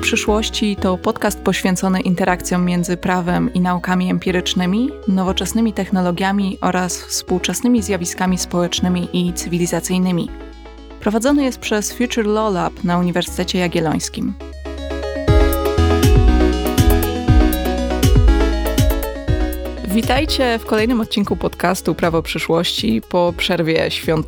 przyszłości to podcast poświęcony interakcjom między prawem i naukami empirycznymi, nowoczesnymi technologiami oraz współczesnymi zjawiskami społecznymi i cywilizacyjnymi. Prowadzony jest przez Future Law Lab na Uniwersytecie Jagiellońskim. Witajcie w kolejnym odcinku podcastu Prawo przyszłości po przerwie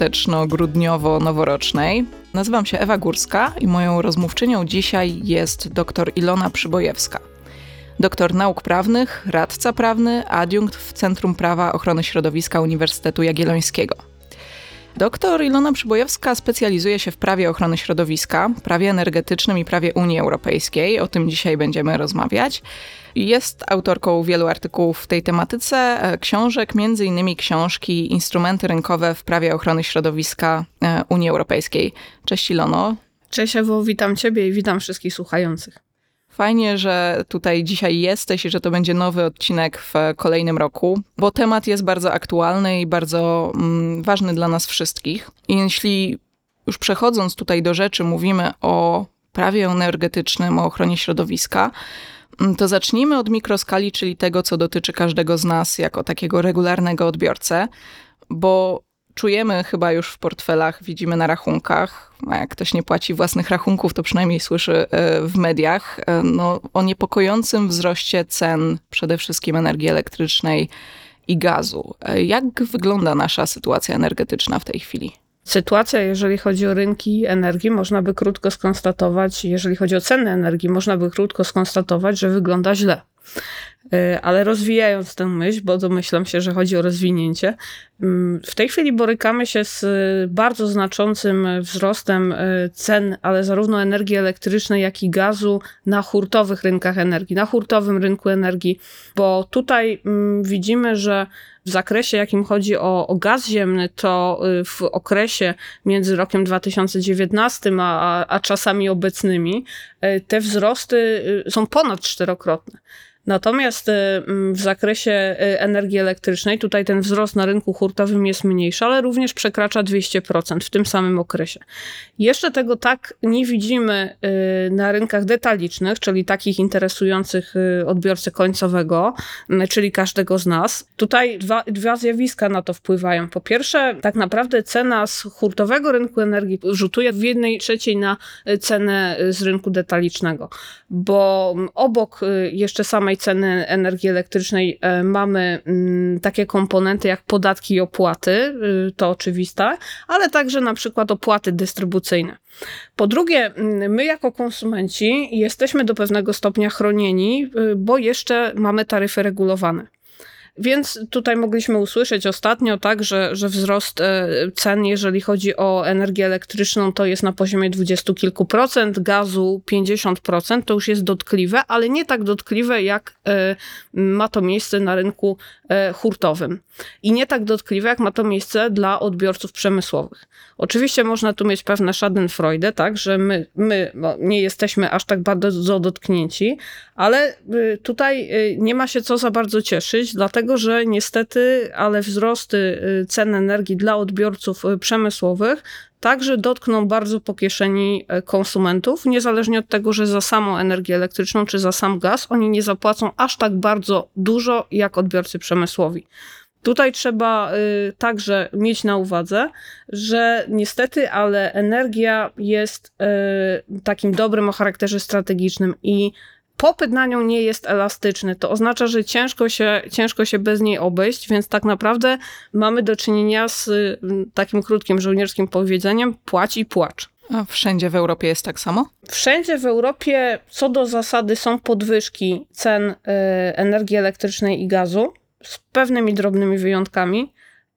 świąteczno-grudniowo-noworocznej. Nazywam się Ewa Górska i moją rozmówczynią dzisiaj jest dr Ilona Przybojewska. Doktor nauk prawnych, radca prawny, adiunkt w Centrum Prawa Ochrony Środowiska Uniwersytetu Jagiellońskiego. Doktor Ilona Przybojewska specjalizuje się w prawie ochrony środowiska, prawie energetycznym i prawie Unii Europejskiej. O tym dzisiaj będziemy rozmawiać. Jest autorką wielu artykułów w tej tematyce, książek, m.in. książki Instrumenty rynkowe w prawie ochrony środowiska Unii Europejskiej. Cześć Ilono. Cześć Ewo, witam Ciebie i witam wszystkich słuchających. Fajnie, że tutaj dzisiaj jesteś i że to będzie nowy odcinek w kolejnym roku, bo temat jest bardzo aktualny i bardzo ważny dla nas wszystkich. I jeśli już przechodząc tutaj do rzeczy mówimy o prawie energetycznym, o ochronie środowiska, to zacznijmy od mikroskali, czyli tego, co dotyczy każdego z nas jako takiego regularnego odbiorcę, bo czujemy chyba już w portfelach, widzimy na rachunkach, a jak ktoś nie płaci własnych rachunków, to przynajmniej słyszy w mediach o niepokojącym wzroście cen przede wszystkim energii elektrycznej i gazu. Jak wygląda nasza sytuacja energetyczna w tej chwili? Sytuacja, jeżeli chodzi o rynki energii, można by krótko skonstatować, jeżeli chodzi o ceny energii, można by krótko skonstatować, że wygląda źle. Ale rozwijając tę myśl, bo domyślam się, że chodzi o rozwinięcie, w tej chwili borykamy się z bardzo znaczącym wzrostem cen, ale zarówno energii elektrycznej, jak i gazu na hurtowych rynkach energii, na hurtowym rynku energii, bo tutaj widzimy, że w zakresie, jakim chodzi o gaz ziemny, to w okresie między rokiem 2019 a czasami obecnymi te wzrosty są ponad czterokrotne. Natomiast w zakresie energii elektrycznej tutaj ten wzrost na rynku hurtowym jest mniejszy, ale również przekracza 200% w tym samym okresie. Jeszcze tego tak nie widzimy na rynkach detalicznych, czyli takich interesujących odbiorcę końcowego, czyli każdego z nas. Tutaj dwa zjawiska na to wpływają. Po pierwsze, tak naprawdę cena z hurtowego rynku energii rzutuje w 1/3 na cenę z rynku detalicznego, bo obok jeszcze samej ceny energii elektrycznej mamy takie komponenty jak podatki i opłaty, to oczywiste, ale także na przykład opłaty dystrybucyjne. Po drugie, my jako konsumenci jesteśmy do pewnego stopnia chronieni, bo jeszcze mamy taryfy regulowane. Więc tutaj mogliśmy usłyszeć ostatnio, tak, że wzrost cen, jeżeli chodzi o energię elektryczną, to jest na poziomie 20 kilku procent, gazu 50%, to już jest dotkliwe, ale nie tak dotkliwe, jak ma to miejsce na rynku hurtowym. I nie tak dotkliwe, jak ma to miejsce dla odbiorców przemysłowych. Oczywiście można tu mieć pewne schadenfreude, tak, że my nie jesteśmy aż tak bardzo dotknięci, ale tutaj nie ma się co za bardzo cieszyć, dlatego że niestety, ale wzrosty cen energii dla odbiorców przemysłowych także dotkną bardzo po kieszeni konsumentów, niezależnie od tego, że za samą energię elektryczną czy za sam gaz oni nie zapłacą aż tak bardzo dużo jak odbiorcy przemysłowi. Tutaj trzeba także mieć na uwadze, że niestety, ale energia jest takim dobrem o charakterze strategicznym i popyt na nią nie jest elastyczny. To oznacza, że ciężko się bez niej obejść, więc tak naprawdę mamy do czynienia z takim krótkim żołnierskim powiedzeniem: płać i płacz. A wszędzie w Europie jest tak samo? Wszędzie w Europie co do zasady są podwyżki cen energii elektrycznej i gazu, z pewnymi drobnymi wyjątkami,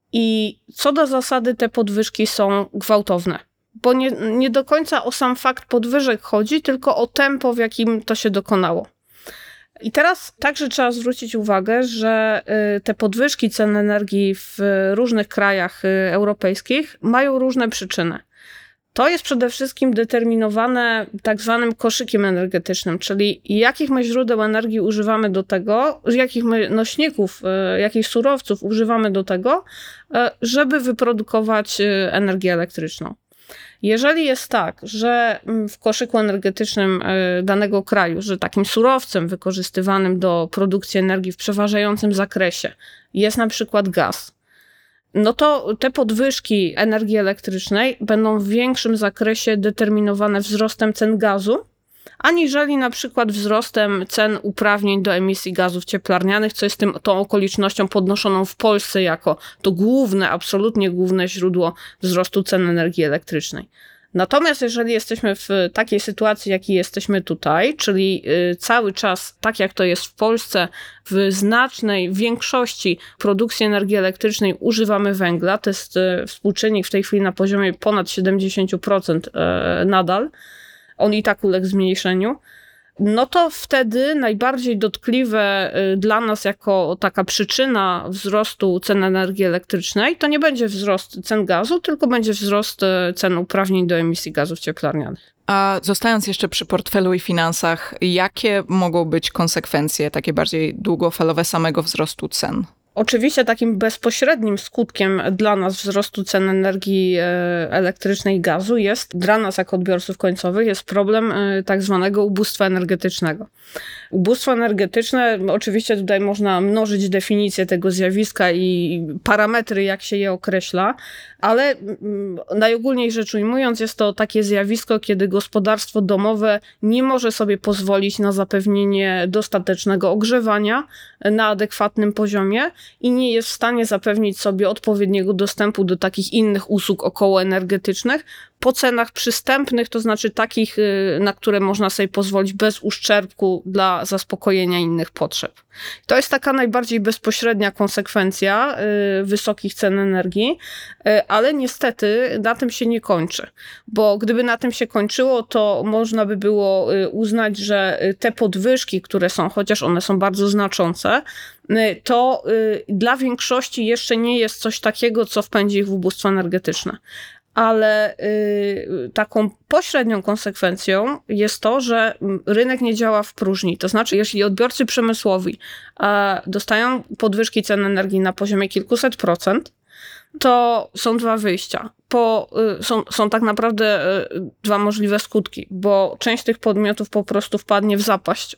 i co do zasady te podwyżki są gwałtowne. Bo nie do końca o sam fakt podwyżek chodzi, tylko o tempo, w jakim to się dokonało. I teraz także trzeba zwrócić uwagę, że te podwyżki cen energii w różnych krajach europejskich mają różne przyczyny. To jest przede wszystkim determinowane tak zwanym koszykiem energetycznym, czyli jakich my źródeł energii używamy do tego, jakich my nośników, jakich surowców używamy do tego, żeby wyprodukować energię elektryczną. Jeżeli jest tak, że w koszyku energetycznym danego kraju, że takim surowcem wykorzystywanym do produkcji energii w przeważającym zakresie jest na przykład gaz, no to te podwyżki energii elektrycznej będą w większym zakresie determinowane wzrostem cen gazu, aniżeli na przykład wzrostem cen uprawnień do emisji gazów cieplarnianych, co jest tą okolicznością podnoszoną w Polsce jako to główne, absolutnie główne źródło wzrostu cen energii elektrycznej. Natomiast jeżeli jesteśmy w takiej sytuacji, jakiej jesteśmy tutaj, czyli cały czas, tak jak to jest w Polsce, w znacznej większości produkcji energii elektrycznej używamy węgla, to jest współczynnik w tej chwili na poziomie ponad 70% nadal, on i tak uległ zmniejszeniu, no to wtedy najbardziej dotkliwe dla nas jako taka przyczyna wzrostu cen energii elektrycznej to nie będzie wzrost cen gazu, tylko będzie wzrost cen uprawnień do emisji gazów cieplarnianych. A zostając jeszcze przy portfelu i finansach, jakie mogą być konsekwencje takie bardziej długofalowe samego wzrostu cen? Oczywiście takim bezpośrednim skutkiem dla nas wzrostu cen energii elektrycznej i gazu jest, dla nas jako odbiorców końcowych, jest problem tak zwanego ubóstwa energetycznego. Ubóstwo energetyczne, oczywiście tutaj można mnożyć definicję tego zjawiska i parametry, jak się je określa, ale najogólniej rzecz ujmując, jest to takie zjawisko, kiedy gospodarstwo domowe nie może sobie pozwolić na zapewnienie dostatecznego ogrzewania na adekwatnym poziomie i nie jest w stanie zapewnić sobie odpowiedniego dostępu do takich innych usług okołoenergetycznych po cenach przystępnych, to znaczy takich, na które można sobie pozwolić bez uszczerbku dla zaspokojenia innych potrzeb. To jest taka najbardziej bezpośrednia konsekwencja wysokich cen energii, ale niestety na tym się nie kończy, bo gdyby na tym się kończyło, to można by było uznać, że te podwyżki, które są, chociaż one są bardzo znaczące, to dla większości jeszcze nie jest coś takiego, co wpędzi ich w ubóstwo energetyczne. Ale taką pośrednią konsekwencją jest to, że rynek nie działa w próżni. To znaczy, jeśli odbiorcy przemysłowi dostają podwyżki cen energii na poziomie kilkuset procent, to są dwa wyjścia. Są tak naprawdę dwa możliwe skutki, bo część tych podmiotów po prostu wpadnie w zapaść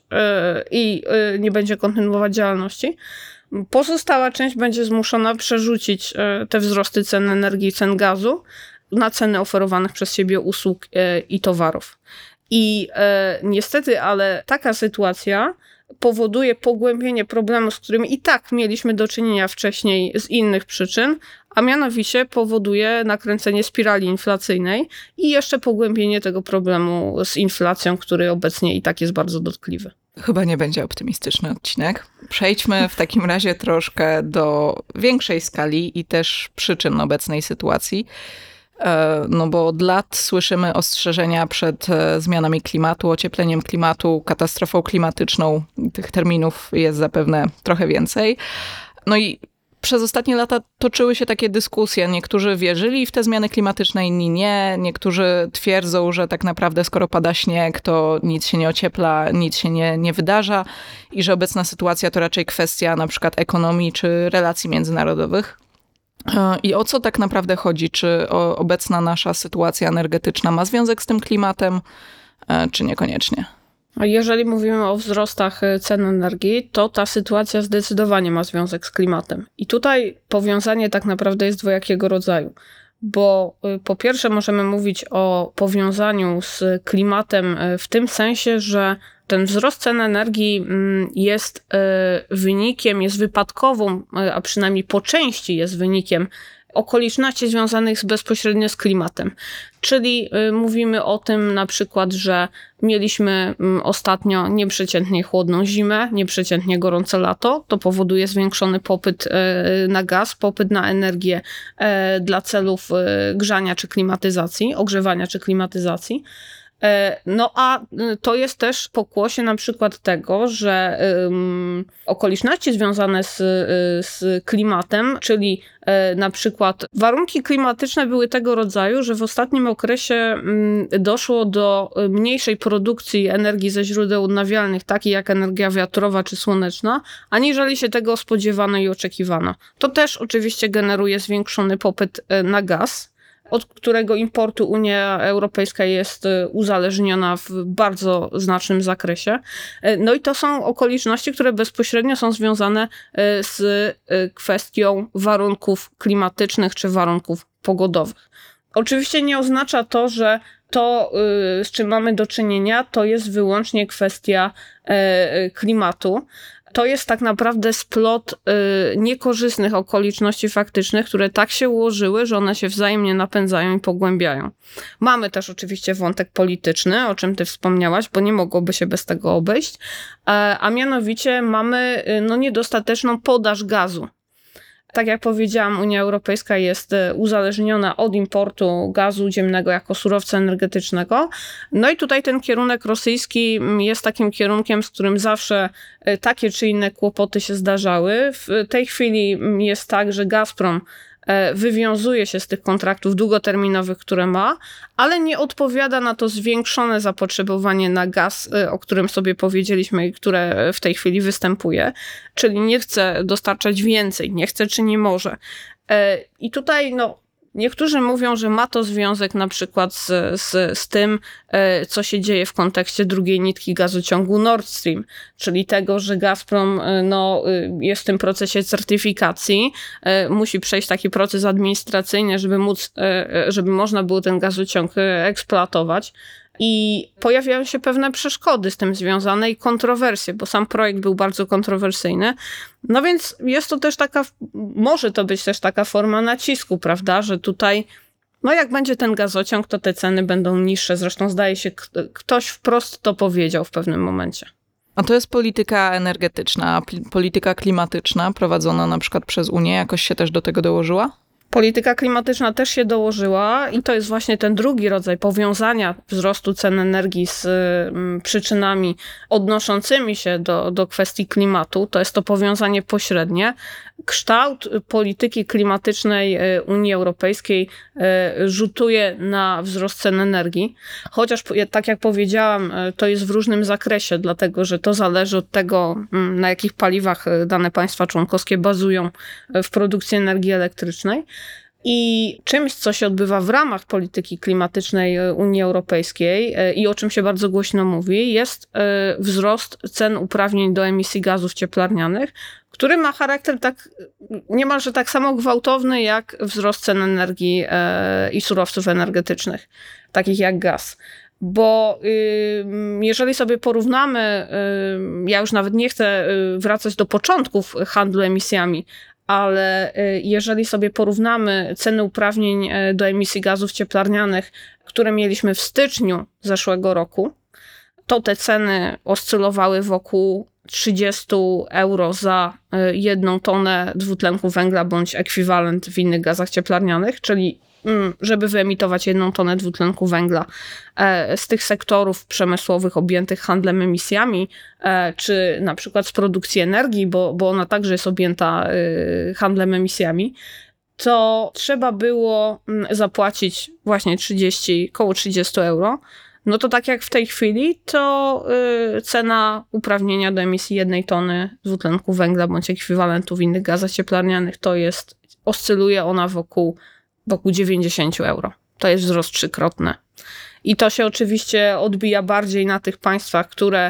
i nie będzie kontynuować działalności. Pozostała część będzie zmuszona przerzucić te wzrosty cen energii i cen gazu na ceny oferowanych przez siebie usług i towarów. I niestety, ale taka sytuacja powoduje pogłębienie problemu, z którym i tak mieliśmy do czynienia wcześniej z innych przyczyn, a mianowicie powoduje nakręcenie spirali inflacyjnej i jeszcze pogłębienie tego problemu z inflacją, który obecnie i tak jest bardzo dotkliwy. Chyba nie będzie optymistyczny odcinek. Przejdźmy w takim razie troszkę do większej skali i też przyczyn obecnej sytuacji. No bo od lat słyszymy ostrzeżenia przed zmianami klimatu, ociepleniem klimatu, katastrofą klimatyczną. Tych terminów jest zapewne trochę więcej. No i przez ostatnie lata toczyły się takie dyskusje. Niektórzy wierzyli w te zmiany klimatyczne, inni nie. Niektórzy twierdzą, że tak naprawdę skoro pada śnieg, to nic się nie ociepla, nic się nie wydarza i że obecna sytuacja to raczej kwestia na przykład ekonomii czy relacji międzynarodowych. I o co tak naprawdę chodzi? Czy obecna nasza sytuacja energetyczna ma związek z tym klimatem, czy niekoniecznie? Jeżeli mówimy o wzrostach cen energii, to ta sytuacja zdecydowanie ma związek z klimatem. I tutaj powiązanie tak naprawdę jest dwojakiego rodzaju. Bo po pierwsze możemy mówić o powiązaniu z klimatem w tym sensie, że ten wzrost cen energii jest wynikiem, jest wypadkową, a przynajmniej po części jest wynikiem okoliczności związanych bezpośrednio z klimatem. Czyli mówimy o tym na przykład, że mieliśmy ostatnio nieprzeciętnie chłodną zimę, nieprzeciętnie gorące lato. To powoduje zwiększony popyt na gaz, popyt na energię dla celów grzania czy klimatyzacji, ogrzewania czy klimatyzacji. No a to jest też pokłosie na przykład tego, że okoliczności związane z klimatem, czyli na przykład warunki klimatyczne były tego rodzaju, że w ostatnim okresie doszło do mniejszej produkcji energii ze źródeł odnawialnych, takiej jak energia wiatrowa czy słoneczna, aniżeli się tego spodziewano i oczekiwano. To też oczywiście generuje zwiększony popyt na gaz. od którego importu Unia Europejska jest uzależniona w bardzo znacznym zakresie. No i to są okoliczności, które bezpośrednio są związane z kwestią warunków klimatycznych czy warunków pogodowych. Oczywiście nie oznacza to, że to, z czym mamy do czynienia, to jest wyłącznie kwestia klimatu. To jest tak naprawdę splot niekorzystnych okoliczności faktycznych, które tak się ułożyły, że one się wzajemnie napędzają i pogłębiają. Mamy też oczywiście wątek polityczny, o czym ty wspomniałaś, bo nie mogłoby się bez tego obejść, a mianowicie mamy niedostateczną podaż gazu. Tak jak powiedziałam, Unia Europejska jest uzależniona od importu gazu ziemnego jako surowca energetycznego. No i tutaj ten kierunek rosyjski jest takim kierunkiem, z którym zawsze takie czy inne kłopoty się zdarzały. W tej chwili jest tak, że Gazprom wywiązuje się z tych kontraktów długoterminowych, które ma, ale nie odpowiada na to zwiększone zapotrzebowanie na gaz, o którym sobie powiedzieliśmy i które w tej chwili występuje, czyli nie chce dostarczać więcej, nie chce czy nie może. I tutaj niektórzy mówią, że ma to związek na przykład z tym, co się dzieje w kontekście drugiej nitki gazociągu Nord Stream, czyli tego, że Gazprom jest w tym procesie certyfikacji, musi przejść taki proces administracyjny, żeby można było ten gazociąg eksploatować. I pojawiają się pewne przeszkody z tym związane i kontrowersje, bo sam projekt był bardzo kontrowersyjny. No więc jest to też może to być też taka forma nacisku, prawda, że tutaj, jak będzie ten gazociąg, to te ceny będą niższe. Zresztą zdaje się, ktoś wprost to powiedział w pewnym momencie. A to jest polityka energetyczna, polityka klimatyczna prowadzona na przykład przez Unię, jakoś się też do tego dołożyła? Polityka klimatyczna też się dołożyła i to jest właśnie ten drugi rodzaj powiązania wzrostu cen energii z przyczynami odnoszącymi się do kwestii klimatu. To jest to powiązanie pośrednie. Kształt polityki klimatycznej Unii Europejskiej rzutuje na wzrost cen energii, chociaż tak jak powiedziałam, to jest w różnym zakresie, dlatego że to zależy od tego, na jakich paliwach dane państwa członkowskie bazują w produkcji energii elektrycznej. I czymś, co się odbywa w ramach polityki klimatycznej Unii Europejskiej i o czym się bardzo głośno mówi, jest wzrost cen uprawnień do emisji gazów cieplarnianych, który ma charakter niemalże tak samo gwałtowny jak wzrost cen energii i surowców energetycznych, takich jak gaz. Bo jeżeli sobie porównamy, ja już nawet nie chcę wracać do początków handlu emisjami, ale jeżeli sobie porównamy ceny uprawnień do emisji gazów cieplarnianych, które mieliśmy w styczniu zeszłego roku, to te ceny oscylowały wokół 30 euro za 1 tonę dwutlenku węgla bądź ekwiwalent w innych gazach cieplarnianych, czyli żeby wyemitować 1 tonę dwutlenku węgla z tych sektorów przemysłowych objętych handlem emisjami, czy na przykład z produkcji energii, bo ona także jest objęta handlem emisjami, to trzeba było zapłacić właśnie około 30 euro. No to tak jak w tej chwili, to cena uprawnienia do emisji 1 tony dwutlenku węgla bądź ekwiwalentu w innych gazach cieplarnianych oscyluje ona wokół 90 euro. To jest wzrost trzykrotny. I to się oczywiście odbija bardziej na tych państwach,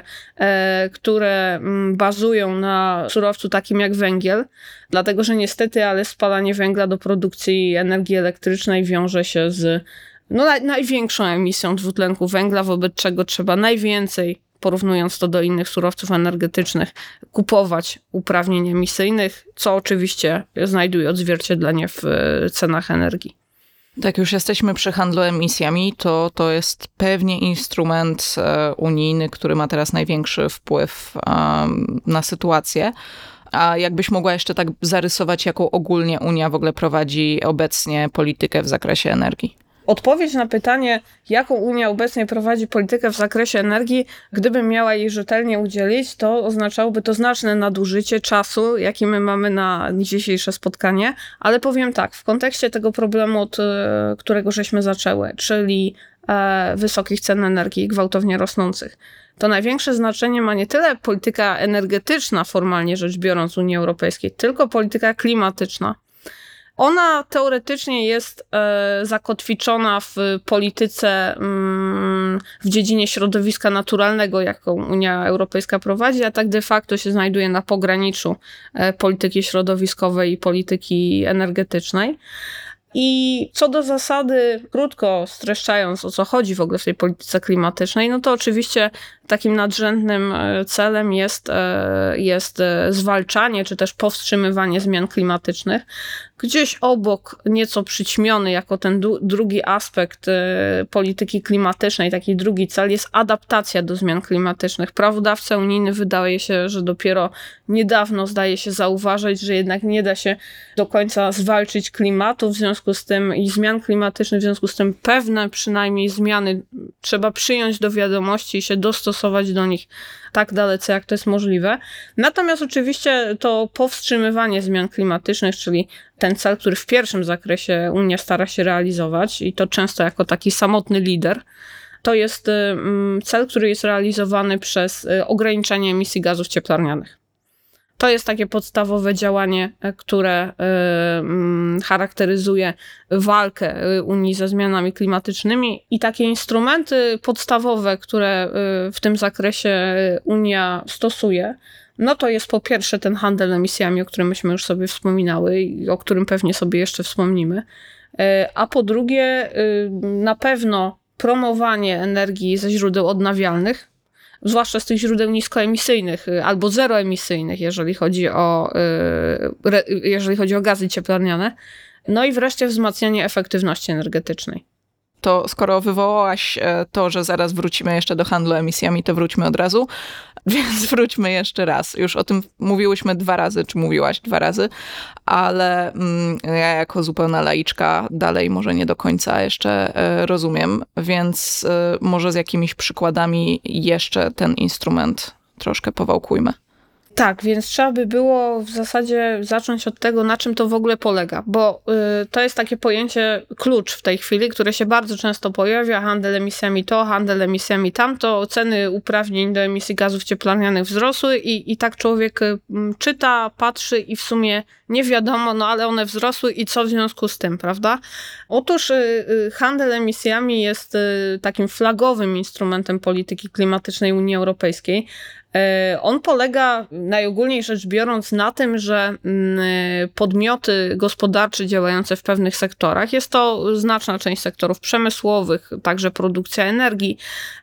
które bazują na surowcu takim jak węgiel, dlatego że niestety, ale spalanie węgla do produkcji energii elektrycznej wiąże się z największą emisją dwutlenku węgla, wobec czego trzeba najwięcej, porównując to do innych surowców energetycznych, kupować uprawnień emisyjnych, co oczywiście znajduje odzwierciedlenie w cenach energii. Jak już jesteśmy przy handlu emisjami, to jest pewnie instrument unijny, który ma teraz największy wpływ na sytuację. A jakbyś mogła jeszcze tak zarysować, jaką ogólnie Unia w ogóle prowadzi obecnie politykę w zakresie energii? Odpowiedź na pytanie, jaką Unia obecnie prowadzi politykę w zakresie energii, gdybym miała jej rzetelnie udzielić, to oznaczałoby to znaczne nadużycie czasu, jaki my mamy na dzisiejsze spotkanie, ale powiem tak, w kontekście tego problemu, od którego żeśmy zaczęły, czyli wysokich cen energii gwałtownie rosnących, to największe znaczenie ma nie tyle polityka energetyczna, formalnie rzecz biorąc, Unii Europejskiej, tylko polityka klimatyczna. Ona teoretycznie jest zakotwiczona w polityce w dziedzinie środowiska naturalnego, jaką Unia Europejska prowadzi, a tak de facto się znajduje na pograniczu polityki środowiskowej i polityki energetycznej. I co do zasady, krótko streszczając, o co chodzi w ogóle w tej polityce klimatycznej, no to oczywiście takim nadrzędnym celem jest zwalczanie czy też powstrzymywanie zmian klimatycznych. Gdzieś obok, nieco przyćmiony jako ten drugi aspekt polityki klimatycznej, taki drugi cel jest adaptacja do zmian klimatycznych. Prawodawca unijny wydaje się, że dopiero niedawno zdaje się zauważyć, że jednak nie da się do końca zwalczyć klimatu w związku z tym i zmian klimatycznych, w związku z tym pewne przynajmniej zmiany trzeba przyjąć do wiadomości i się dostosować do nich tak dalece, jak to jest możliwe. Natomiast oczywiście to powstrzymywanie zmian klimatycznych, czyli ten cel, który w pierwszym zakresie Unia stara się realizować i to często jako taki samotny lider, to jest cel, który jest realizowany przez ograniczanie emisji gazów cieplarnianych. To jest takie podstawowe działanie, które charakteryzuje walkę Unii ze zmianami klimatycznymi i takie instrumenty podstawowe, które w tym zakresie Unia stosuje, no to jest po pierwsze ten handel emisjami, o którym myśmy już sobie wspominały i o którym pewnie sobie jeszcze wspomnimy, a po drugie na pewno promowanie energii ze źródeł odnawialnych, zwłaszcza z tych źródeł niskoemisyjnych albo zeroemisyjnych, jeżeli chodzi o gazy cieplarniane. No i wreszcie wzmacnianie efektywności energetycznej. To skoro wywołałaś to, że zaraz wrócimy jeszcze do handlu emisjami, to wróćmy od razu, więc wróćmy jeszcze raz. Już o tym mówiłyśmy 2 razy, czy mówiłaś 2 razy, ale ja jako zupełna laiczka dalej może nie do końca jeszcze rozumiem, więc może z jakimiś przykładami jeszcze ten instrument troszkę powałkujmy. Tak, więc trzeba by było w zasadzie zacząć od tego, na czym to w ogóle polega, bo to jest takie pojęcie klucz w tej chwili, które się bardzo często pojawia, handel emisjami to, handel emisjami tamto, ceny uprawnień do emisji gazów cieplarnianych wzrosły i tak człowiek czyta, patrzy i w sumie nie wiadomo, no ale one wzrosły i co w związku z tym, prawda? Otóż handel emisjami jest takim flagowym instrumentem polityki klimatycznej Unii Europejskiej. On polega najogólniej rzecz biorąc na tym, że podmioty gospodarcze działające w pewnych sektorach, jest to znaczna część sektorów przemysłowych, także produkcja energii,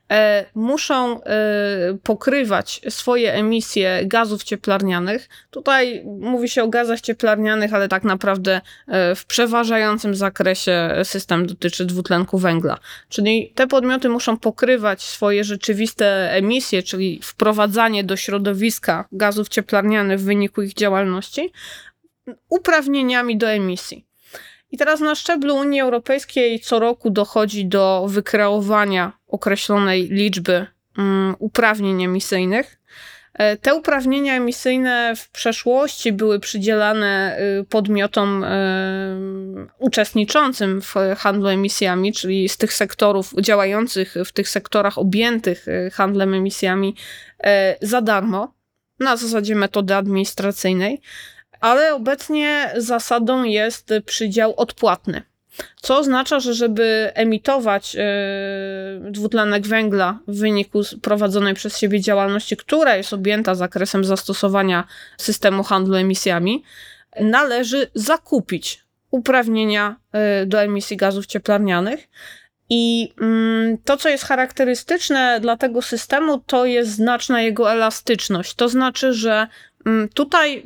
muszą pokrywać swoje emisje gazów cieplarnianych. Tutaj mówi się o gazach cieplarnianych, ale tak naprawdę w przeważającym zakresie system dotyczy dwutlenku węgla. Czyli te podmioty muszą pokrywać swoje rzeczywiste emisje, czyli wprowadzanie do środowiska gazów cieplarnianych w wyniku ich działalności, uprawnieniami do emisji. I teraz na szczeblu Unii Europejskiej co roku dochodzi do wykreowania określonej liczby uprawnień emisyjnych. Te uprawnienia emisyjne w przeszłości były przydzielane podmiotom uczestniczącym w handlu emisjami, czyli z tych sektorów działających w tych sektorach objętych handlem emisjami za darmo, na zasadzie metody administracyjnej, ale obecnie zasadą jest przydział odpłatny. Co oznacza, że żeby emitować dwutlenek węgla w wyniku prowadzonej przez siebie działalności, która jest objęta zakresem zastosowania systemu handlu emisjami, należy zakupić uprawnienia do emisji gazów cieplarnianych. I to, co jest charakterystyczne dla tego systemu, to jest znaczna jego elastyczność. To znaczy, że tutaj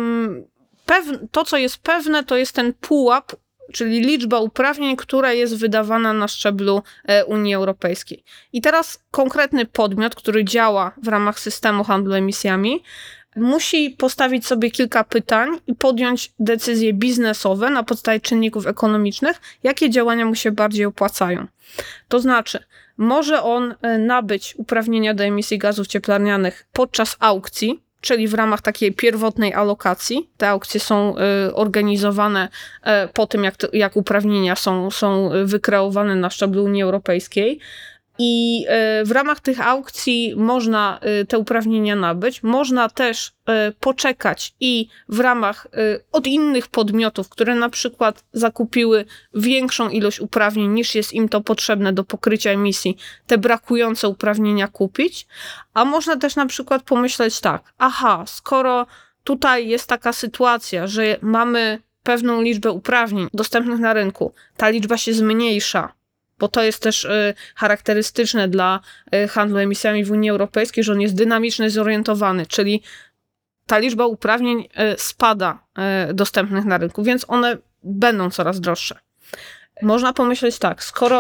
to, co jest pewne, to jest ten pułap, czyli liczba uprawnień, która jest wydawana na szczeblu Unii Europejskiej. I teraz konkretny podmiot, który działa w ramach systemu handlu emisjami, musi postawić sobie kilka pytań i podjąć decyzje biznesowe na podstawie czynników ekonomicznych, jakie działania mu się bardziej opłacają. To znaczy, może on nabyć uprawnienia do emisji gazów cieplarnianych podczas aukcji, czyli w ramach takiej pierwotnej alokacji. Te aukcje są organizowane po tym, jak uprawnienia są wykreowane na szczeblu Unii Europejskiej. I w ramach tych aukcji można te uprawnienia nabyć. Można też poczekać i w ramach od innych podmiotów, które na przykład zakupiły większą ilość uprawnień niż jest im to potrzebne do pokrycia emisji, te brakujące uprawnienia kupić. A można też na przykład pomyśleć tak, skoro tutaj jest taka sytuacja, że mamy pewną liczbę uprawnień dostępnych na rynku, ta liczba się zmniejsza, bo to jest też charakterystyczne dla handlu emisjami w Unii Europejskiej, że on jest dynamicznie zorientowany, czyli ta liczba uprawnień spada dostępnych na rynku, więc one będą coraz droższe. Można pomyśleć tak,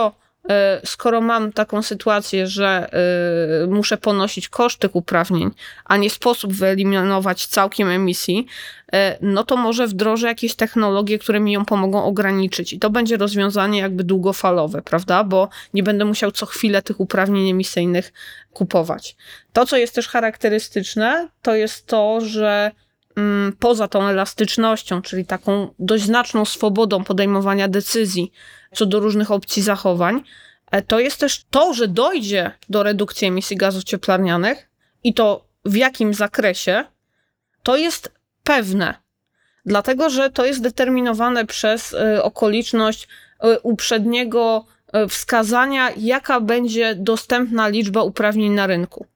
skoro mam taką sytuację, że muszę ponosić koszt tych uprawnień, a nie sposób wyeliminować całkiem emisji, no to może wdrożę jakieś technologie, które mi ją pomogą ograniczyć. I to będzie rozwiązanie jakby długofalowe, prawda? Bo nie będę musiał co chwilę tych uprawnień emisyjnych kupować. To, co jest też charakterystyczne, to jest to, że poza tą elastycznością, czyli taką dość znaczną swobodą podejmowania decyzji co do różnych opcji zachowań, to jest też to, że dojdzie do redukcji emisji gazów cieplarnianych i to w jakim zakresie, to jest pewne. Dlatego, że to jest determinowane przez okoliczność uprzedniego wskazania, jaka będzie dostępna liczba uprawnień na rynku.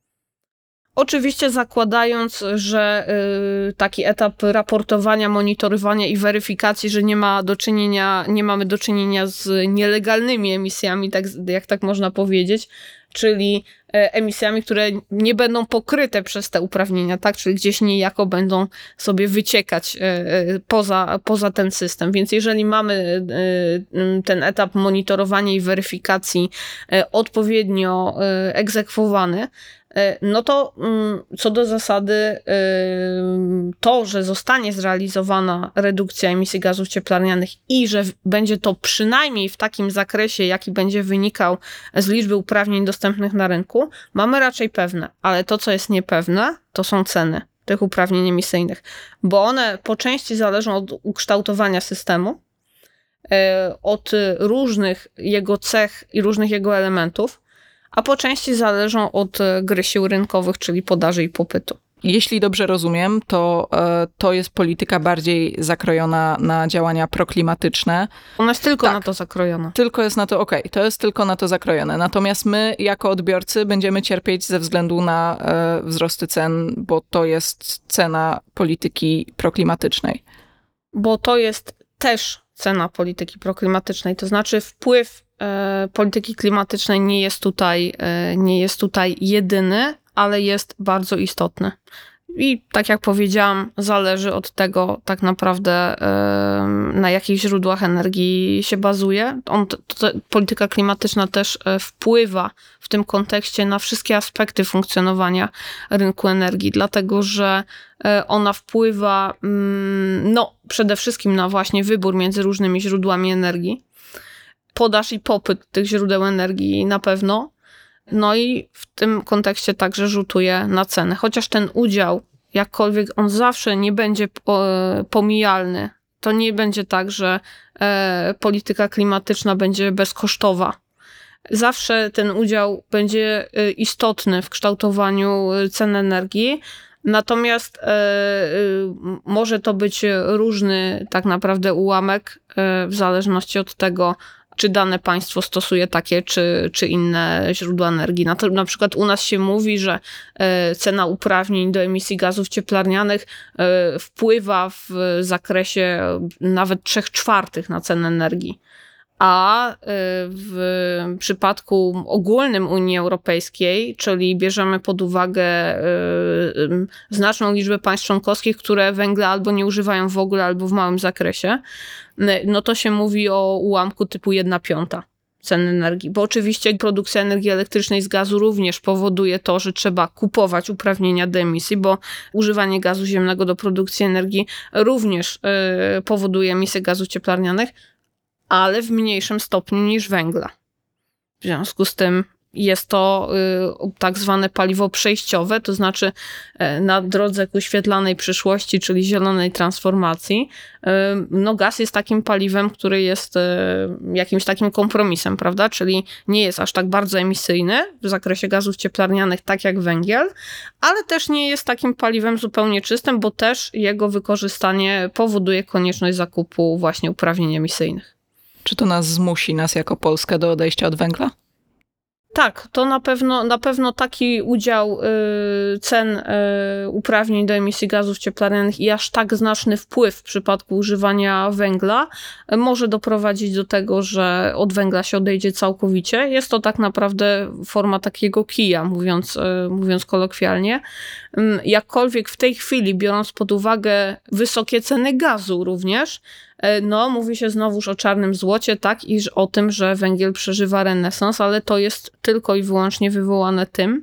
Oczywiście zakładając, że taki etap raportowania, monitorowania i weryfikacji, że nie mamy do czynienia z nielegalnymi emisjami, jak tak można powiedzieć, czyli emisjami, które nie będą pokryte przez te uprawnienia, tak? Czyli gdzieś niejako będą sobie wyciekać poza ten system. Więc jeżeli mamy ten etap monitorowania i weryfikacji odpowiednio egzekwowany, no to co do zasady to, że zostanie zrealizowana redukcja emisji gazów cieplarnianych i że będzie to przynajmniej w takim zakresie, jaki będzie wynikał z liczby uprawnień dostępnych na rynku, mamy raczej pewne. Ale to, co jest niepewne, to są ceny tych uprawnień emisyjnych, bo one po części zależą od ukształtowania systemu, od różnych jego cech i różnych jego elementów, a po części zależą od gry sił rynkowych, czyli podaży i popytu. Jeśli dobrze rozumiem, to jest polityka bardziej zakrojona na działania proklimatyczne. Ona jest tylko na to zakrojona. Tylko jest na to, to jest tylko na to zakrojone. Natomiast my jako odbiorcy będziemy cierpieć ze względu na wzrosty cen, bo to jest cena polityki proklimatycznej. Bo to jest też cena polityki proklimatycznej, to znaczy wpływ polityki klimatycznej nie jest tutaj jedyny, ale jest bardzo istotny. I tak jak powiedziałam, zależy od tego tak naprawdę, na jakich źródłach energii się bazuje. Polityka klimatyczna też wpływa w tym kontekście na wszystkie aspekty funkcjonowania rynku energii, dlatego że ona wpływa przede wszystkim na właśnie wybór między różnymi źródłami energii. Podaż i popyt tych źródeł energii na pewno. No i w tym kontekście także rzutuje na ceny. Chociaż ten udział, jakkolwiek on zawsze nie będzie pomijalny, to nie będzie tak, że polityka klimatyczna będzie bezkosztowa. Zawsze ten udział będzie istotny w kształtowaniu cen energii, natomiast może to być różny tak naprawdę ułamek w zależności od tego, czy dane państwo stosuje takie, czy inne źródła energii. Na przykład u nas się mówi, że cena uprawnień do emisji gazów cieplarnianych wpływa w zakresie nawet 3/4 na cenę energii. A w przypadku ogólnym Unii Europejskiej, czyli bierzemy pod uwagę znaczną liczbę państw członkowskich, które węgla albo nie używają w ogóle, albo w małym zakresie, no to się mówi o ułamku typu 1/5 cen energii. Bo oczywiście produkcja energii elektrycznej z gazu również powoduje to, że trzeba kupować uprawnienia do emisji, bo używanie gazu ziemnego do produkcji energii również powoduje emisję gazów cieplarnianych, ale w mniejszym stopniu niż węgla. W związku z tym Jest to tak zwane paliwo przejściowe, to znaczy na drodze ku świetlanej przyszłości, czyli zielonej transformacji, gaz jest takim paliwem, który jest jakimś takim kompromisem, prawda? Czyli nie jest aż tak bardzo emisyjny w zakresie gazów cieplarnianych, tak jak węgiel, ale też nie jest takim paliwem zupełnie czystym, bo też jego wykorzystanie powoduje konieczność zakupu właśnie uprawnień emisyjnych. Czy to zmusi nas jako Polskę do odejścia od węgla? Tak, to na pewno taki udział cen uprawnień do emisji gazów cieplarnianych i aż tak znaczny wpływ w przypadku używania węgla może doprowadzić do tego, że od węgla się odejdzie całkowicie. Jest to tak naprawdę forma takiego kija, mówiąc kolokwialnie. Jakkolwiek w tej chwili, biorąc pod uwagę wysokie ceny gazu również, mówi się znowuż o czarnym złocie, tak, i o tym, że węgiel przeżywa renesans, ale to jest tylko i wyłącznie wywołane tym,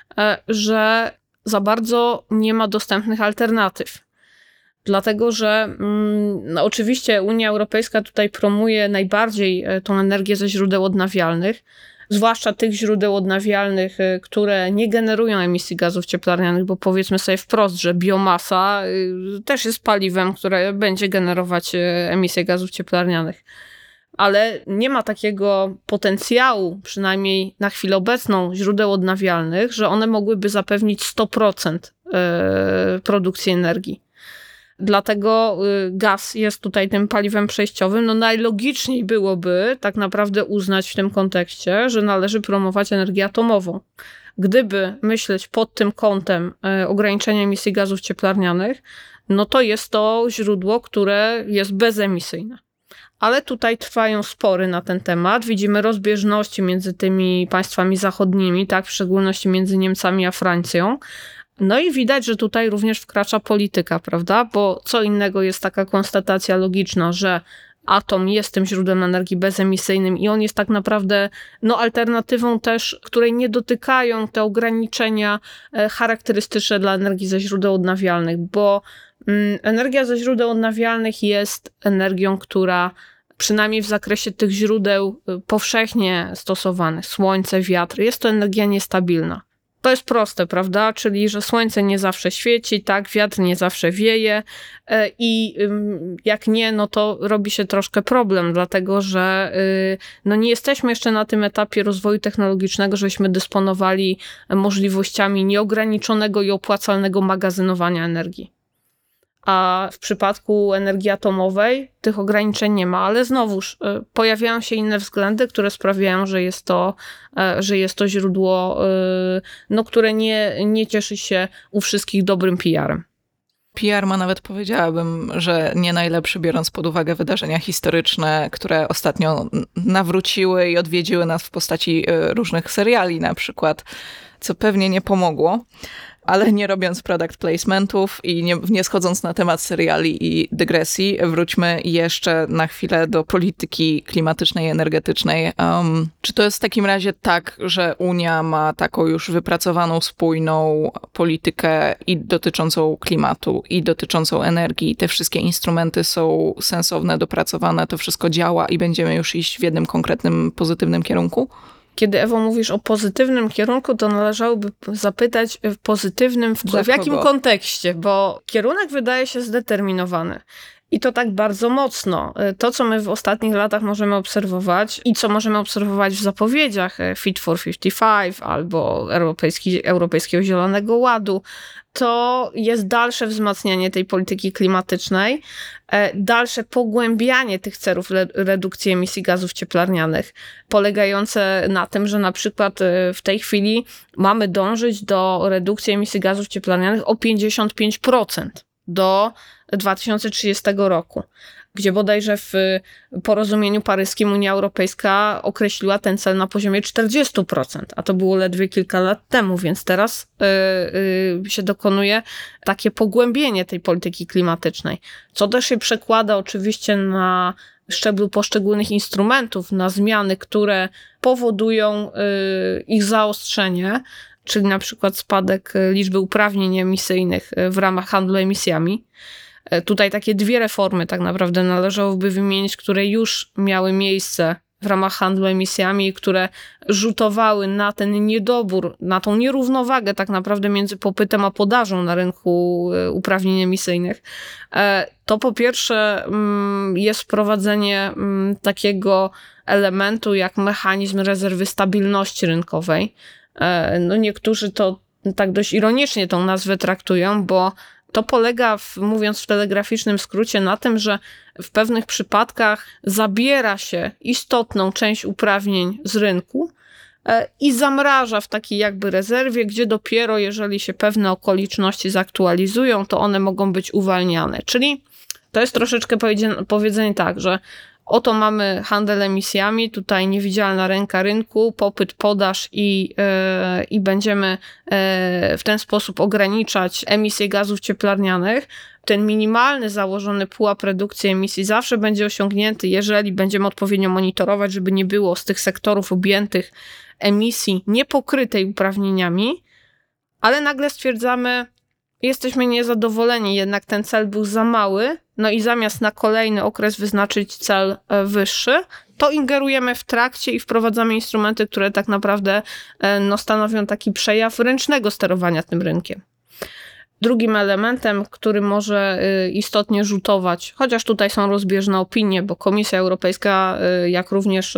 że za bardzo nie ma dostępnych alternatyw. Dlatego, że oczywiście Unia Europejska tutaj promuje najbardziej tą energię ze źródeł odnawialnych, zwłaszcza tych źródeł odnawialnych, które nie generują emisji gazów cieplarnianych, bo powiedzmy sobie wprost, że biomasa też jest paliwem, które będzie generować emisję gazów cieplarnianych. Ale nie ma takiego potencjału, przynajmniej na chwilę obecną, źródeł odnawialnych, że one mogłyby zapewnić 100% produkcji energii. Dlatego gaz jest tutaj tym paliwem przejściowym. Najlogiczniej byłoby tak naprawdę uznać w tym kontekście, że należy promować energię atomową. Gdyby myśleć pod tym kątem ograniczenia emisji gazów cieplarnianych, to jest to źródło, które jest bezemisyjne. Ale tutaj trwają spory na ten temat. Widzimy rozbieżności między tymi państwami zachodnimi, tak, w szczególności między Niemcami a Francją. I widać, że tutaj również wkracza polityka, prawda? Bo co innego jest taka konstatacja logiczna, że atom jest tym źródłem energii bezemisyjnym i on jest tak naprawdę alternatywą też, której nie dotykają te ograniczenia charakterystyczne dla energii ze źródeł odnawialnych, bo energia ze źródeł odnawialnych jest energią, która przynajmniej w zakresie tych źródeł powszechnie stosowanych, słońce, wiatr, jest to energia niestabilna. To jest proste, prawda? Czyli, że słońce nie zawsze świeci, tak, wiatr nie zawsze wieje i jak nie, to robi się troszkę problem, dlatego że nie jesteśmy jeszcze na tym etapie rozwoju technologicznego, żebyśmy dysponowali możliwościami nieograniczonego i opłacalnego magazynowania energii. A w przypadku energii atomowej tych ograniczeń nie ma, ale znowuż pojawiają się inne względy, które sprawiają, że jest to źródło, które nie cieszy się u wszystkich dobrym PR-em. PR ma nawet, powiedziałabym, że nie najlepszy, biorąc pod uwagę wydarzenia historyczne, które ostatnio nawróciły i odwiedziły nas w postaci różnych seriali na przykład, co pewnie nie pomogło. Ale nie robiąc product placementów i nie schodząc na temat seriali i dygresji, wróćmy jeszcze na chwilę do polityki klimatycznej i energetycznej. Czy to jest w takim razie tak, że Unia ma taką już wypracowaną, spójną politykę i dotyczącą klimatu, i dotyczącą energii? Te wszystkie instrumenty są sensowne, dopracowane, to wszystko działa i będziemy już iść w jednym konkretnym, pozytywnym kierunku? Kiedy, Ewo, mówisz o pozytywnym kierunku, to należałoby zapytać w jakim kontekście, bo kierunek wydaje się zdeterminowany. I to tak bardzo mocno. To, co my w ostatnich latach możemy obserwować i co możemy obserwować w zapowiedziach Fit for 55 albo Europejskiego Zielonego Ładu, to jest dalsze wzmacnianie tej polityki klimatycznej, dalsze pogłębianie tych celów redukcji emisji gazów cieplarnianych, polegające na tym, że na przykład w tej chwili mamy dążyć do redukcji emisji gazów cieplarnianych o 55% do 2030 roku, gdzie bodajże w porozumieniu paryskim Unia Europejska określiła ten cel na poziomie 40%, a to było ledwie kilka lat temu, więc teraz się dokonuje takie pogłębienie tej polityki klimatycznej, co też się przekłada oczywiście na szczeblu poszczególnych instrumentów, na zmiany, które powodują ich zaostrzenie, czyli na przykład spadek liczby uprawnień emisyjnych w ramach handlu emisjami. Tutaj takie dwie reformy tak naprawdę należałoby wymienić, które już miały miejsce w ramach handlu emisjami, które rzutowały na ten niedobór, na tą nierównowagę tak naprawdę między popytem a podażą na rynku uprawnień emisyjnych, to po pierwsze jest wprowadzenie takiego elementu jak mechanizm rezerwy stabilności rynkowej. No niektórzy to tak dość ironicznie tą nazwę traktują, bo to polega, mówiąc w telegraficznym skrócie, na tym, że w pewnych przypadkach zabiera się istotną część uprawnień z rynku i zamraża w takiej jakby rezerwie, gdzie dopiero jeżeli się pewne okoliczności zaktualizują, to one mogą być uwalniane. Czyli to jest troszeczkę powiedzenie tak, że oto mamy handel emisjami, tutaj niewidzialna ręka rynku, popyt, podaż i będziemy w ten sposób ograniczać emisję gazów cieplarnianych. Ten minimalny założony pułap redukcji emisji zawsze będzie osiągnięty, jeżeli będziemy odpowiednio monitorować, żeby nie było z tych sektorów objętych emisji niepokrytej uprawnieniami, ale nagle stwierdzamy, jesteśmy niezadowoleni, jednak ten cel był za mały, no i zamiast na kolejny okres wyznaczyć cel wyższy, to ingerujemy w trakcie i wprowadzamy instrumenty, które tak naprawdę stanowią taki przejaw ręcznego sterowania tym rynkiem. Drugim elementem, który może istotnie rzutować, chociaż tutaj są rozbieżne opinie, bo Komisja Europejska, jak również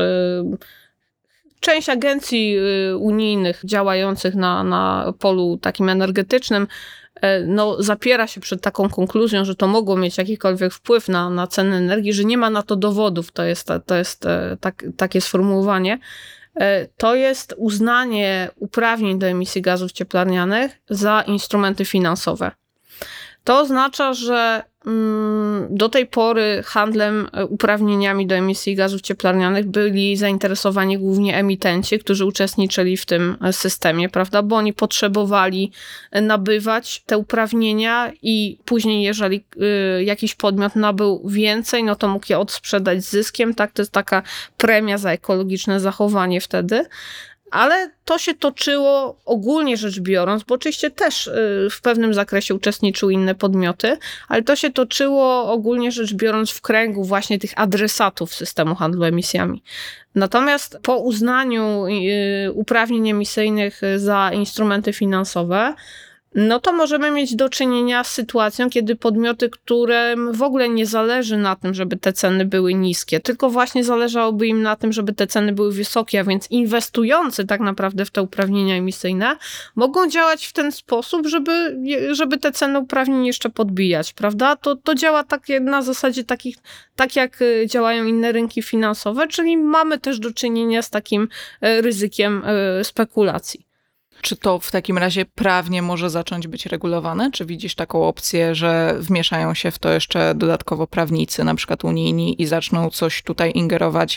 część agencji unijnych działających na polu takim energetycznym, zapiera się przed taką konkluzją, że to mogło mieć jakikolwiek wpływ na ceny energii, że nie ma na to dowodów, to jest takie sformułowanie. To jest uznanie uprawnień do emisji gazów cieplarnianych za instrumenty finansowe. To oznacza, że do tej pory handlem uprawnieniami do emisji gazów cieplarnianych byli zainteresowani głównie emitenci, którzy uczestniczyli w tym systemie, prawda? Bo oni potrzebowali nabywać te uprawnienia i później, jeżeli jakiś podmiot nabył więcej, no to mógł je odsprzedać z zyskiem, tak? To jest taka premia za ekologiczne zachowanie wtedy. Ale to się toczyło ogólnie rzecz biorąc, bo oczywiście też w pewnym zakresie uczestniczyły inne podmioty, ale to się toczyło ogólnie rzecz biorąc w kręgu właśnie tych adresatów systemu handlu emisjami. Natomiast po uznaniu uprawnień emisyjnych za instrumenty finansowe, no to możemy mieć do czynienia z sytuacją, kiedy podmioty, którym w ogóle nie zależy na tym, żeby te ceny były niskie, tylko właśnie zależałoby im na tym, żeby te ceny były wysokie, a więc inwestujący tak naprawdę w te uprawnienia emisyjne, mogą działać w ten sposób, żeby te ceny uprawnień jeszcze podbijać, prawda? To działa na zasadzie tak jak działają inne rynki finansowe, czyli mamy też do czynienia z takim ryzykiem spekulacji. Czy to w takim razie prawnie może zacząć być regulowane? Czy widzisz taką opcję, że wmieszają się w to jeszcze dodatkowo prawnicy, na przykład unijni, i zaczną coś tutaj ingerować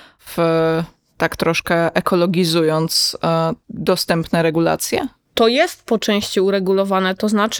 tak troszkę ekologizując dostępne regulacje? To jest po części uregulowane, to znaczy,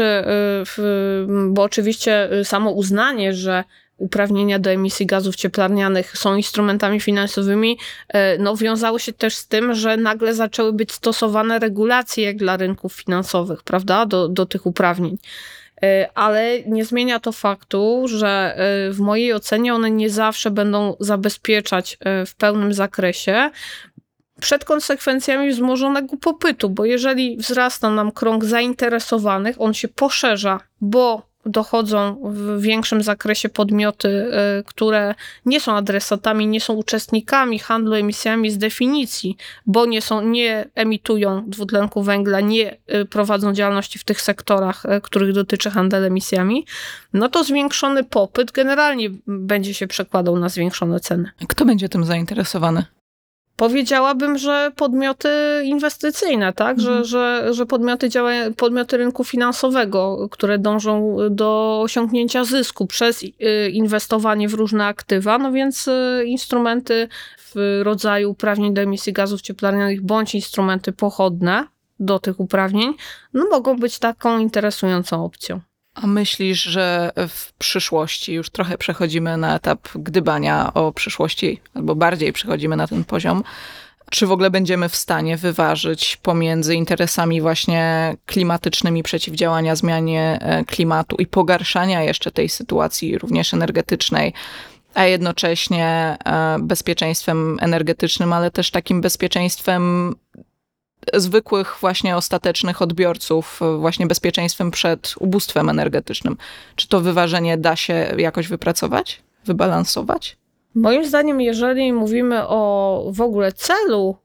bo oczywiście samo uznanie, że uprawnienia do emisji gazów cieplarnianych są instrumentami finansowymi, wiązały się też z tym, że nagle zaczęły być stosowane regulacje jak dla rynków finansowych, prawda, do tych uprawnień. Ale nie zmienia to faktu, że w mojej ocenie one nie zawsze będą zabezpieczać w pełnym zakresie przed konsekwencjami wzmożonego popytu, bo jeżeli wzrasta nam krąg zainteresowanych, on się poszerza, bo dochodzą w większym zakresie podmioty, które nie są adresatami, nie są uczestnikami handlu emisjami z definicji, bo nie emitują dwutlenku węgla, nie prowadzą działalności w tych sektorach, których dotyczy handel emisjami, no to zwiększony popyt generalnie będzie się przekładał na zwiększone ceny. Kto będzie tym zainteresowany? Powiedziałabym, że podmioty inwestycyjne, tak? Że podmioty rynku finansowego, które dążą do osiągnięcia zysku przez inwestowanie w różne aktywa, no więc instrumenty w rodzaju uprawnień do emisji gazów cieplarnianych bądź instrumenty pochodne do tych uprawnień, no mogą być taką interesującą opcją. A myślisz, że w przyszłości, już trochę przechodzimy na etap gdybania o przyszłości, albo bardziej przechodzimy na ten poziom, czy w ogóle będziemy w stanie wyważyć pomiędzy interesami właśnie klimatycznymi, przeciwdziałania zmianie klimatu i pogarszania jeszcze tej sytuacji również energetycznej, a jednocześnie bezpieczeństwem energetycznym, ale też takim bezpieczeństwem zwykłych właśnie ostatecznych odbiorców, właśnie bezpieczeństwem przed ubóstwem energetycznym. Czy to wyważenie da się jakoś wypracować, wybalansować? Moim zdaniem, jeżeli mówimy o w ogóle celu,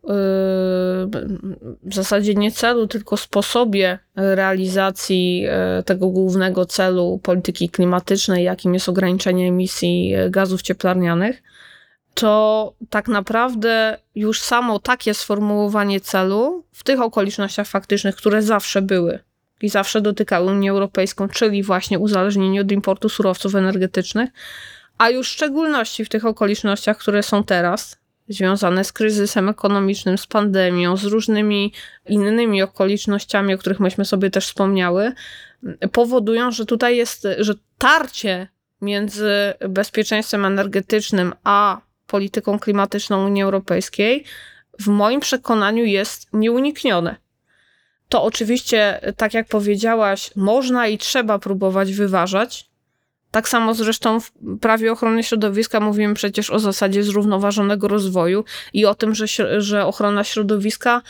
w zasadzie nie celu, tylko sposobie realizacji tego głównego celu polityki klimatycznej, jakim jest ograniczenie emisji gazów cieplarnianych, to tak naprawdę już samo takie sformułowanie celu w tych okolicznościach faktycznych, które zawsze były i zawsze dotykały Unię Europejską, czyli właśnie uzależnienie od importu surowców energetycznych, a już w szczególności w tych okolicznościach, które są teraz, związane z kryzysem ekonomicznym, z pandemią, z różnymi innymi okolicznościami, o których myśmy sobie też wspomniały, powodują, że tutaj jest, że tarcie między bezpieczeństwem energetycznym a polityką klimatyczną Unii Europejskiej w moim przekonaniu jest nieuniknione. To oczywiście, tak jak powiedziałaś, można i trzeba próbować wyważać. Tak samo zresztą w prawie ochrony środowiska mówimy przecież o zasadzie zrównoważonego rozwoju i o tym, że ochrona środowiska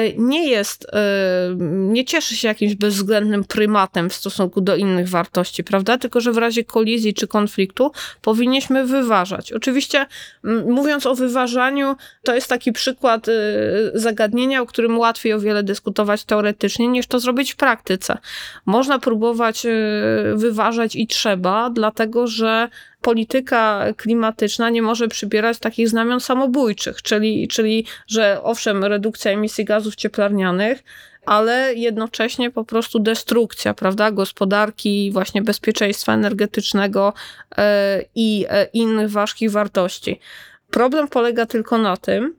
nie cieszy się jakimś bezwzględnym prymatem w stosunku do innych wartości, prawda? Tylko że w razie kolizji czy konfliktu powinniśmy wyważać. Oczywiście mówiąc o wyważaniu, to jest taki przykład zagadnienia, o którym łatwiej o wiele dyskutować teoretycznie, niż to zrobić w praktyce. Można próbować wyważać i trzeba, dlatego że polityka klimatyczna nie może przybierać takich znamion samobójczych, czyli że owszem, redukcja emisji gazów cieplarnianych, ale jednocześnie po prostu destrukcja, prawda, gospodarki, właśnie bezpieczeństwa energetycznego i innych ważkich wartości. Problem polega tylko na tym,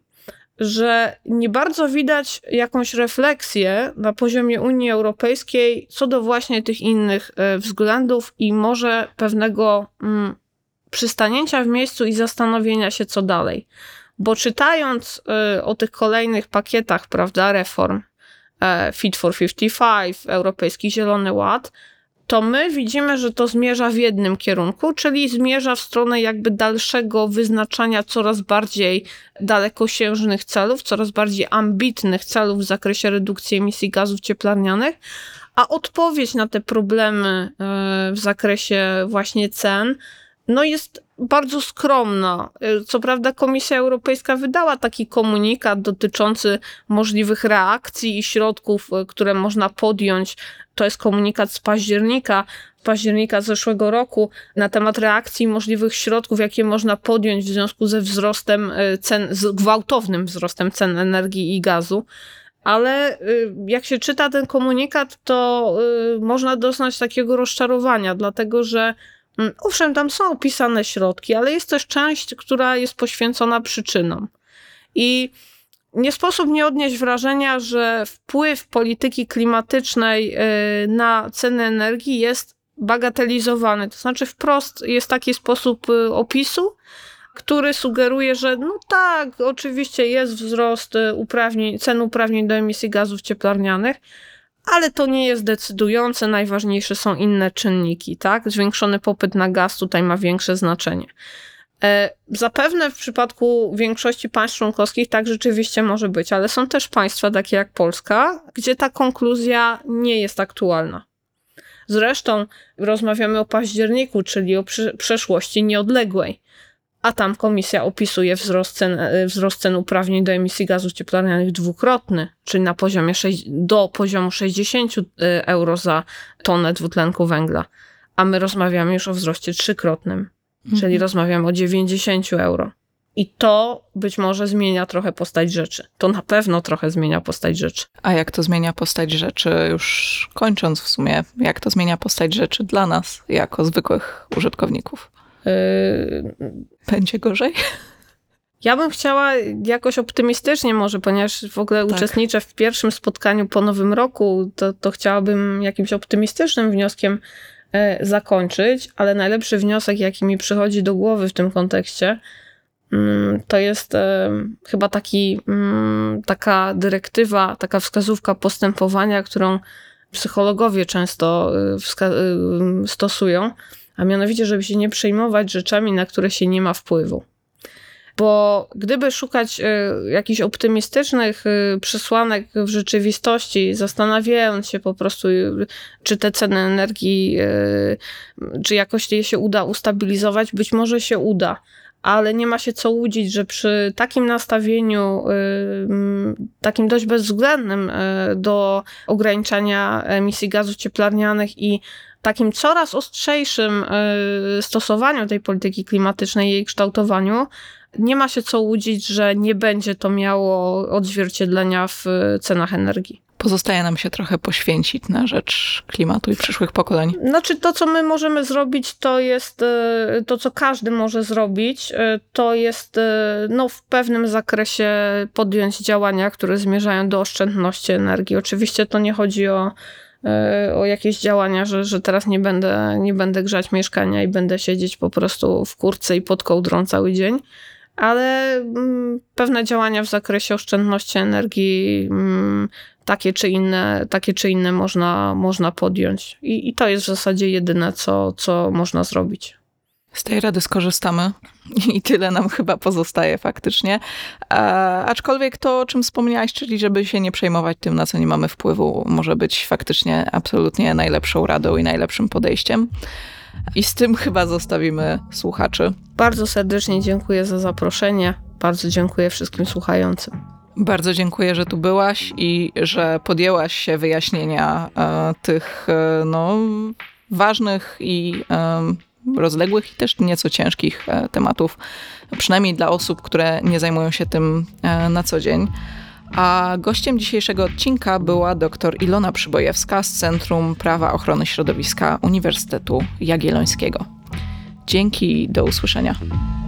że nie bardzo widać jakąś refleksję na poziomie Unii Europejskiej co do właśnie tych innych względów i może pewnego przystanięcia w miejscu i zastanowienia się, co dalej. Bo czytając o tych kolejnych pakietach, prawda, reform, Fit for 55, Europejski Zielony Ład, to my widzimy, że to zmierza w jednym kierunku, czyli zmierza w stronę jakby dalszego wyznaczania coraz bardziej dalekosiężnych celów, coraz bardziej ambitnych celów w zakresie redukcji emisji gazów cieplarnianych, a odpowiedź na te problemy w zakresie właśnie cen jest bardzo skromna. Co prawda Komisja Europejska wydała taki komunikat dotyczący możliwych reakcji i środków, które można podjąć. To jest komunikat z października zeszłego roku na temat reakcji i możliwych środków, jakie można podjąć w związku ze wzrostem cen, z gwałtownym wzrostem cen energii i gazu. Ale jak się czyta ten komunikat, to można doznać takiego rozczarowania, dlatego że owszem, tam są opisane środki, ale jest też część, która jest poświęcona przyczynom. I nie sposób nie odnieść wrażenia, że wpływ polityki klimatycznej na ceny energii jest bagatelizowany. To znaczy wprost jest taki sposób opisu, który sugeruje, że no tak, oczywiście jest wzrost cen uprawnień do emisji gazów cieplarnianych, ale to nie jest decydujące, najważniejsze są inne czynniki, tak? Zwiększony popyt na gaz tutaj ma większe znaczenie. Zapewne w przypadku większości państw członkowskich tak rzeczywiście może być, ale są też państwa takie jak Polska, gdzie ta konkluzja nie jest aktualna. Zresztą rozmawiamy o październiku, czyli o przeszłości nieodległej, a tam komisja opisuje wzrost cen uprawnień do emisji gazów cieplarnianych dwukrotny, czyli do poziomu 60 euro za tonę dwutlenku węgla, a my rozmawiamy już o wzroście trzykrotnym, czyli rozmawiamy o 90 euro. I to być może zmienia trochę postać rzeczy. To na pewno trochę zmienia postać rzeczy. A jak to zmienia postać rzeczy, już kończąc w sumie, jak to zmienia postać rzeczy dla nas, jako zwykłych użytkowników? Będzie gorzej? Ja bym chciała jakoś optymistycznie może, ponieważ w ogóle uczestniczę w pierwszym spotkaniu po Nowym Roku, to chciałabym jakimś optymistycznym wnioskiem zakończyć, ale najlepszy wniosek, jaki mi przychodzi do głowy w tym kontekście, to jest chyba taka dyrektywa, taka wskazówka postępowania, którą psychologowie często stosują, a mianowicie, żeby się nie przejmować rzeczami, na które się nie ma wpływu. Bo gdyby szukać jakichś optymistycznych przesłanek w rzeczywistości, zastanawiając się po prostu, czy te ceny energii, czy jakoś je się uda ustabilizować, być może się uda, ale nie ma się co łudzić, że przy takim nastawieniu, takim dość bezwzględnym do ograniczania emisji gazów cieplarnianych i takim coraz ostrzejszym stosowaniu tej polityki klimatycznej i jej kształtowaniu, nie ma się co łudzić, że nie będzie to miało odzwierciedlenia w cenach energii. Pozostaje nam się trochę poświęcić na rzecz klimatu i przyszłych pokoleń. Znaczy to, co my możemy zrobić, to jest to, co każdy może zrobić, to jest w pewnym zakresie podjąć działania, które zmierzają do oszczędności energii. Oczywiście to nie chodzi o jakieś działania, że teraz nie będę grzać mieszkania i będę siedzieć po prostu w kurtce i pod kołdrą cały dzień, ale pewne działania w zakresie oszczędności energii, takie czy inne można podjąć. I to jest w zasadzie jedyne, co można zrobić. Z tej rady skorzystamy i tyle nam chyba pozostaje faktycznie. Aczkolwiek to, o czym wspomniałaś, czyli żeby się nie przejmować tym, na co nie mamy wpływu, może być faktycznie absolutnie najlepszą radą i najlepszym podejściem. I z tym chyba zostawimy słuchaczy. Bardzo serdecznie dziękuję za zaproszenie. Bardzo dziękuję wszystkim słuchającym. Bardzo dziękuję, że tu byłaś i że podjęłaś się wyjaśnienia tych ważnych i rozległych i też nieco ciężkich tematów, przynajmniej dla osób, które nie zajmują się tym na co dzień. A gościem dzisiejszego odcinka była dr Ilona Przybojewska z Centrum Prawa Ochrony Środowiska Uniwersytetu Jagiellońskiego. Dzięki, do usłyszenia.